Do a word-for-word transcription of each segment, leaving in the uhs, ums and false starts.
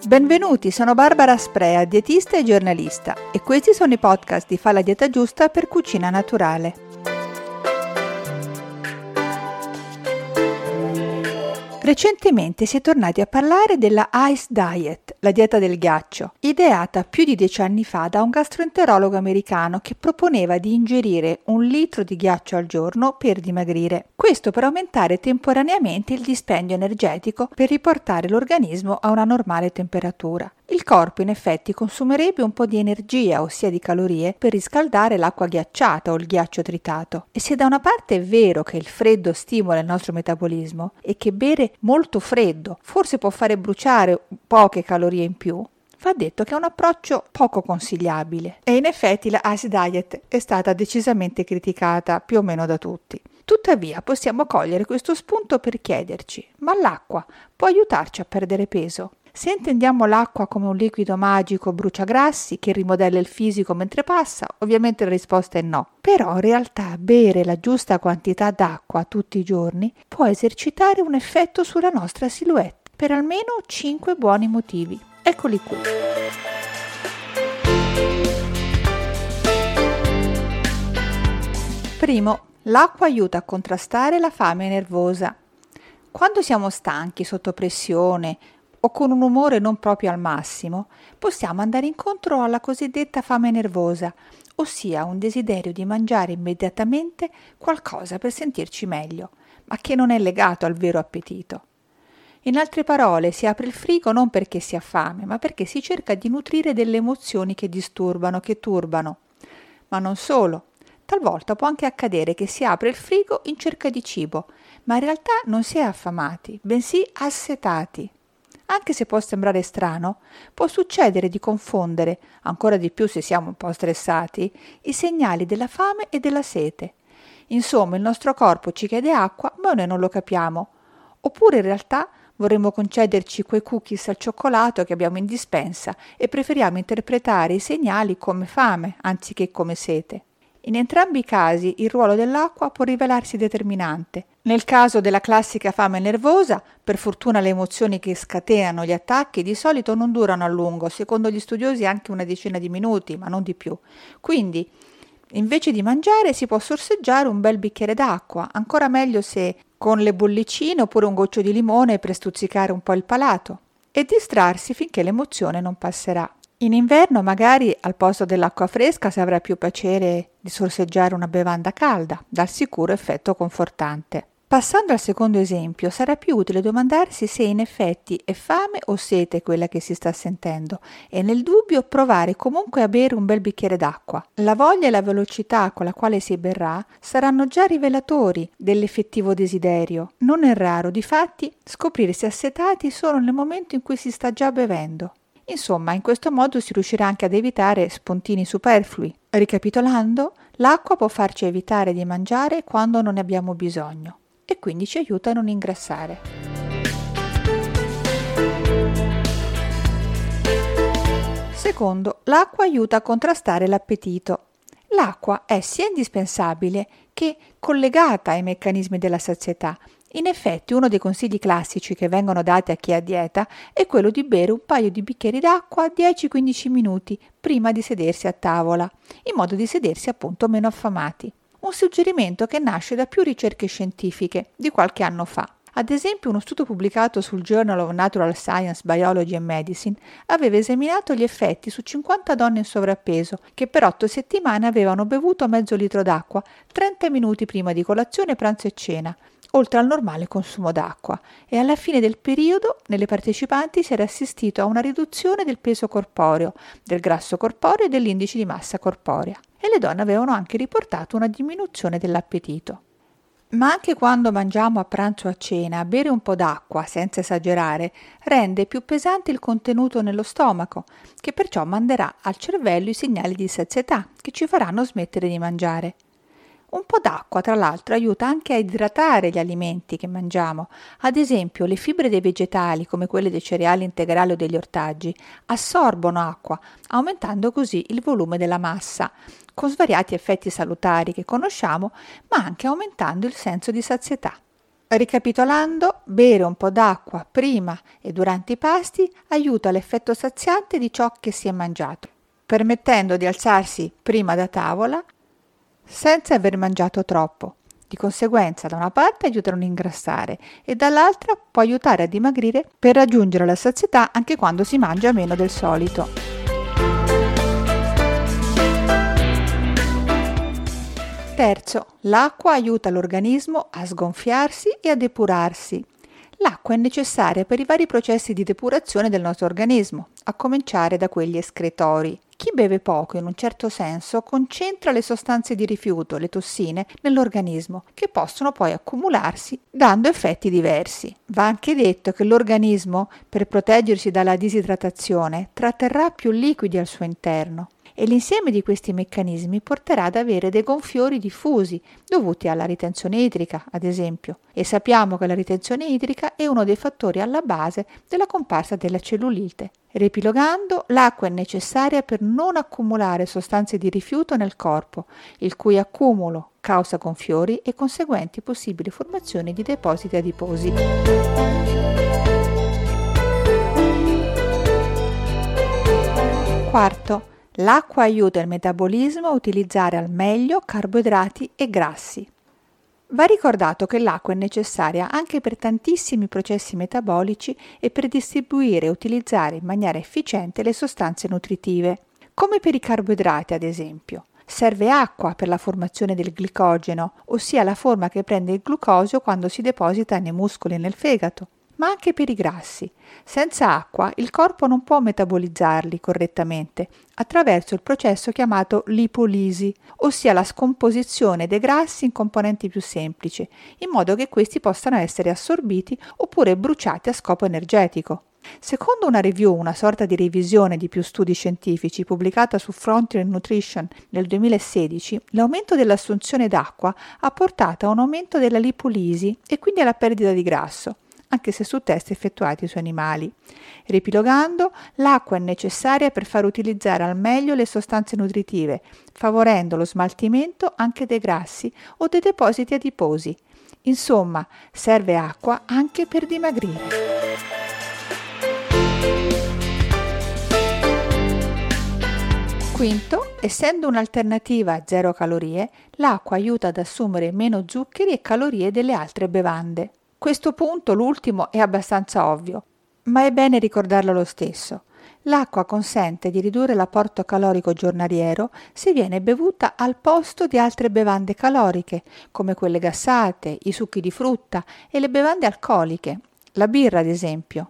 Benvenuti, sono Barbara Sprea, dietista e giornalista, e questi sono i podcast di Fa la dieta giusta per cucina naturale. Recentemente si è tornati a parlare della Ice Diet, la dieta del ghiaccio, ideata più di dieci anni fa da un gastroenterologo americano che proponeva di ingerire un litro di ghiaccio al giorno per dimagrire. Questo per aumentare temporaneamente il dispendio energetico per riportare l'organismo a una normale temperatura. Il corpo in effetti consumerebbe un po' di energia, ossia di calorie, per riscaldare l'acqua ghiacciata o il ghiaccio tritato. E se da una parte è vero che il freddo stimola il nostro metabolismo e che bere molto freddo forse può fare bruciare poche calorie in più, va detto che è un approccio poco consigliabile. E in effetti la Ice Diet è stata decisamente criticata più o meno da tutti. Tuttavia possiamo cogliere questo spunto per chiederci: ma l'acqua può aiutarci a perdere peso? Se intendiamo l'acqua come un liquido magico bruciagrassi che rimodella il fisico mentre passa, ovviamente la risposta è no. Però in realtà bere la giusta quantità d'acqua tutti i giorni può esercitare un effetto sulla nostra silhouette per almeno cinque buoni motivi. Eccoli qui. Primo, l'acqua aiuta a contrastare la fame nervosa. Quando siamo stanchi, sotto pressione o con un umore non proprio al massimo, possiamo andare incontro alla cosiddetta fame nervosa, ossia un desiderio di mangiare immediatamente qualcosa per sentirci meglio, ma che non è legato al vero appetito. In altre parole, si apre il frigo non perché si ha fame, ma perché si cerca di nutrire delle emozioni che disturbano, che turbano. Ma non solo. Talvolta può anche accadere che si apre il frigo in cerca di cibo, ma in realtà non si è affamati, bensì assetati. Anche se può sembrare strano, può succedere di confondere, ancora di più se siamo un po' stressati, i segnali della fame e della sete. Insomma, il nostro corpo ci chiede acqua, ma noi non lo capiamo. Oppure in realtà vorremmo concederci quei cookies al cioccolato che abbiamo in dispensa e preferiamo interpretare i segnali come fame anziché come sete. In entrambi i casi il ruolo dell'acqua può rivelarsi determinante. Nel caso della classica fame nervosa, per fortuna le emozioni che scatenano gli attacchi di solito non durano a lungo, secondo gli studiosi anche una decina di minuti, ma non di più. Quindi, invece di mangiare, si può sorseggiare un bel bicchiere d'acqua, ancora meglio se con le bollicine oppure un goccio di limone per stuzzicare un po' il palato, e distrarsi finché l'emozione non passerà. In inverno magari al posto dell'acqua fresca si avrà più piacere di sorseggiare una bevanda calda, dal sicuro effetto confortante. Passando al secondo esempio, sarà più utile domandarsi se in effetti è fame o sete quella che si sta sentendo e nel dubbio provare comunque a bere un bel bicchiere d'acqua. La voglia e la velocità con la quale si berrà saranno già rivelatori dell'effettivo desiderio. Non è raro, difatti, scoprirsi assetati solo nel momento in cui si sta già bevendo. Insomma, in questo modo si riuscirà anche ad evitare spuntini superflui. Ricapitolando, l'acqua può farci evitare di mangiare quando non ne abbiamo bisogno e quindi ci aiuta a non ingrassare. Secondo, l'acqua aiuta a contrastare l'appetito. L'acqua è sia indispensabile che collegata ai meccanismi della sazietà. In effetti, uno dei consigli classici che vengono dati a chi è a dieta è quello di bere un paio di bicchieri d'acqua dieci quindici minuti prima di sedersi a tavola, in modo di sedersi appunto meno affamati. Un suggerimento che nasce da più ricerche scientifiche di qualche anno fa. Ad esempio, uno studio pubblicato sul Journal of Natural Science, Biology and Medicine aveva esaminato gli effetti su cinquanta donne in sovrappeso che per otto settimane avevano bevuto mezzo litro d'acqua trenta minuti prima di colazione, pranzo e cena, oltre al normale consumo d'acqua, e alla fine del periodo nelle partecipanti si era assistito a una riduzione del peso corporeo, del grasso corporeo e dell'indice di massa corporea, e le donne avevano anche riportato una diminuzione dell'appetito. Ma anche quando mangiamo a pranzo o a cena, bere un po' d'acqua, senza esagerare, rende più pesante il contenuto nello stomaco, che perciò manderà al cervello i segnali di sazietà che ci faranno smettere di mangiare. Un po' d'acqua, tra l'altro, aiuta anche a idratare gli alimenti che mangiamo. Ad esempio, le fibre dei vegetali, come quelle dei cereali integrali o degli ortaggi, assorbono acqua, aumentando così il volume della massa, con svariati effetti salutari che conosciamo, ma anche aumentando il senso di sazietà. Ricapitolando, bere un po' d'acqua prima e durante i pasti aiuta l'effetto saziante di ciò che si è mangiato, permettendo di alzarsi prima da tavola senza aver mangiato troppo. Di conseguenza, da una parte aiuta a non ingrassare e dall'altra può aiutare a dimagrire per raggiungere la sazietà anche quando si mangia meno del solito. Terzo, l'acqua aiuta l'organismo a sgonfiarsi e a depurarsi. L'acqua è necessaria per i vari processi di depurazione del nostro organismo, a cominciare da quelli escretori. Chi beve poco, in un certo senso, concentra le sostanze di rifiuto, le tossine, nell'organismo, che possono poi accumularsi, dando effetti diversi. Va anche detto che l'organismo, per proteggersi dalla disidratazione, tratterrà più liquidi al suo interno. E l'insieme di questi meccanismi porterà ad avere dei gonfiori diffusi, dovuti alla ritenzione idrica, ad esempio. E sappiamo che la ritenzione idrica è uno dei fattori alla base della comparsa della cellulite. Riepilogando, l'acqua è necessaria per non accumulare sostanze di rifiuto nel corpo, il cui accumulo causa gonfiori e conseguenti possibili formazioni di depositi adiposi. Quarto, l'acqua aiuta il metabolismo a utilizzare al meglio carboidrati e grassi. Va ricordato che l'acqua è necessaria anche per tantissimi processi metabolici e per distribuire e utilizzare in maniera efficiente le sostanze nutritive, come per i carboidrati ad esempio. Serve acqua per la formazione del glicogeno, ossia la forma che prende il glucosio quando si deposita nei muscoli e nel fegato, ma anche per i grassi. Senza acqua il corpo non può metabolizzarli correttamente attraverso il processo chiamato lipolisi, ossia la scomposizione dei grassi in componenti più semplici, in modo che questi possano essere assorbiti oppure bruciati a scopo energetico. Secondo una review, una sorta di revisione di più studi scientifici pubblicata su Frontier Nutrition nel duemilasedici, l'aumento dell'assunzione d'acqua ha portato a un aumento della lipolisi e quindi alla perdita di grasso, anche se su test effettuati su animali. Riepilogando, l'acqua è necessaria per far utilizzare al meglio le sostanze nutritive, favorendo lo smaltimento anche dei grassi o dei depositi adiposi. Insomma, serve acqua anche per dimagrire. Quinto, essendo un'alternativa a zero calorie, l'acqua aiuta ad assumere meno zuccheri e calorie delle altre bevande. Questo punto, l'ultimo, è abbastanza ovvio, ma è bene ricordarlo lo stesso. L'acqua consente di ridurre l'apporto calorico giornaliero se viene bevuta al posto di altre bevande caloriche, come quelle gassate, i succhi di frutta e le bevande alcoliche, la birra ad esempio.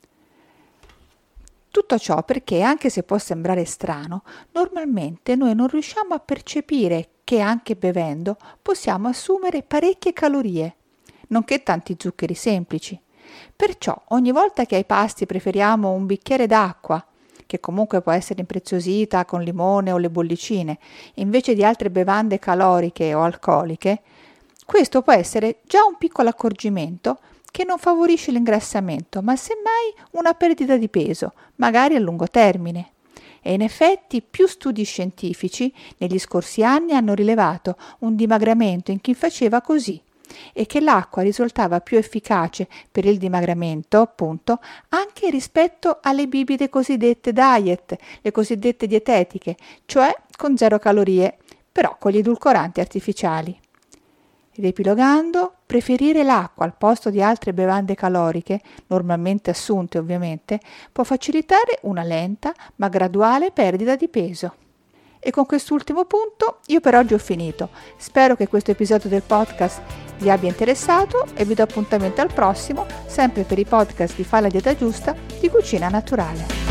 Tutto ciò perché, anche se può sembrare strano, normalmente noi non riusciamo a percepire che anche bevendo possiamo assumere parecchie calorie, nonché tanti zuccheri semplici. Perciò ogni volta che ai pasti preferiamo un bicchiere d'acqua, che comunque può essere impreziosita con limone o le bollicine, invece di altre bevande caloriche o alcoliche, questo può essere già un piccolo accorgimento che non favorisce l'ingrassamento, ma semmai una perdita di peso, magari a lungo termine. E in effetti più studi scientifici negli scorsi anni hanno rilevato un dimagramento in chi faceva così, e che l'acqua risultava più efficace per il dimagramento, appunto, anche rispetto alle bibite cosiddette diet, le cosiddette dietetiche, cioè con zero calorie, però con gli edulcoranti artificiali. Riepilogando, preferire l'acqua al posto di altre bevande caloriche, normalmente assunte ovviamente, può facilitare una lenta ma graduale perdita di peso. E con quest'ultimo punto io per oggi ho finito. Spero che questo episodio del podcast vi abbia interessato e vi do appuntamento al prossimo, sempre per i podcast di Fa la dieta giusta di Cucina Naturale.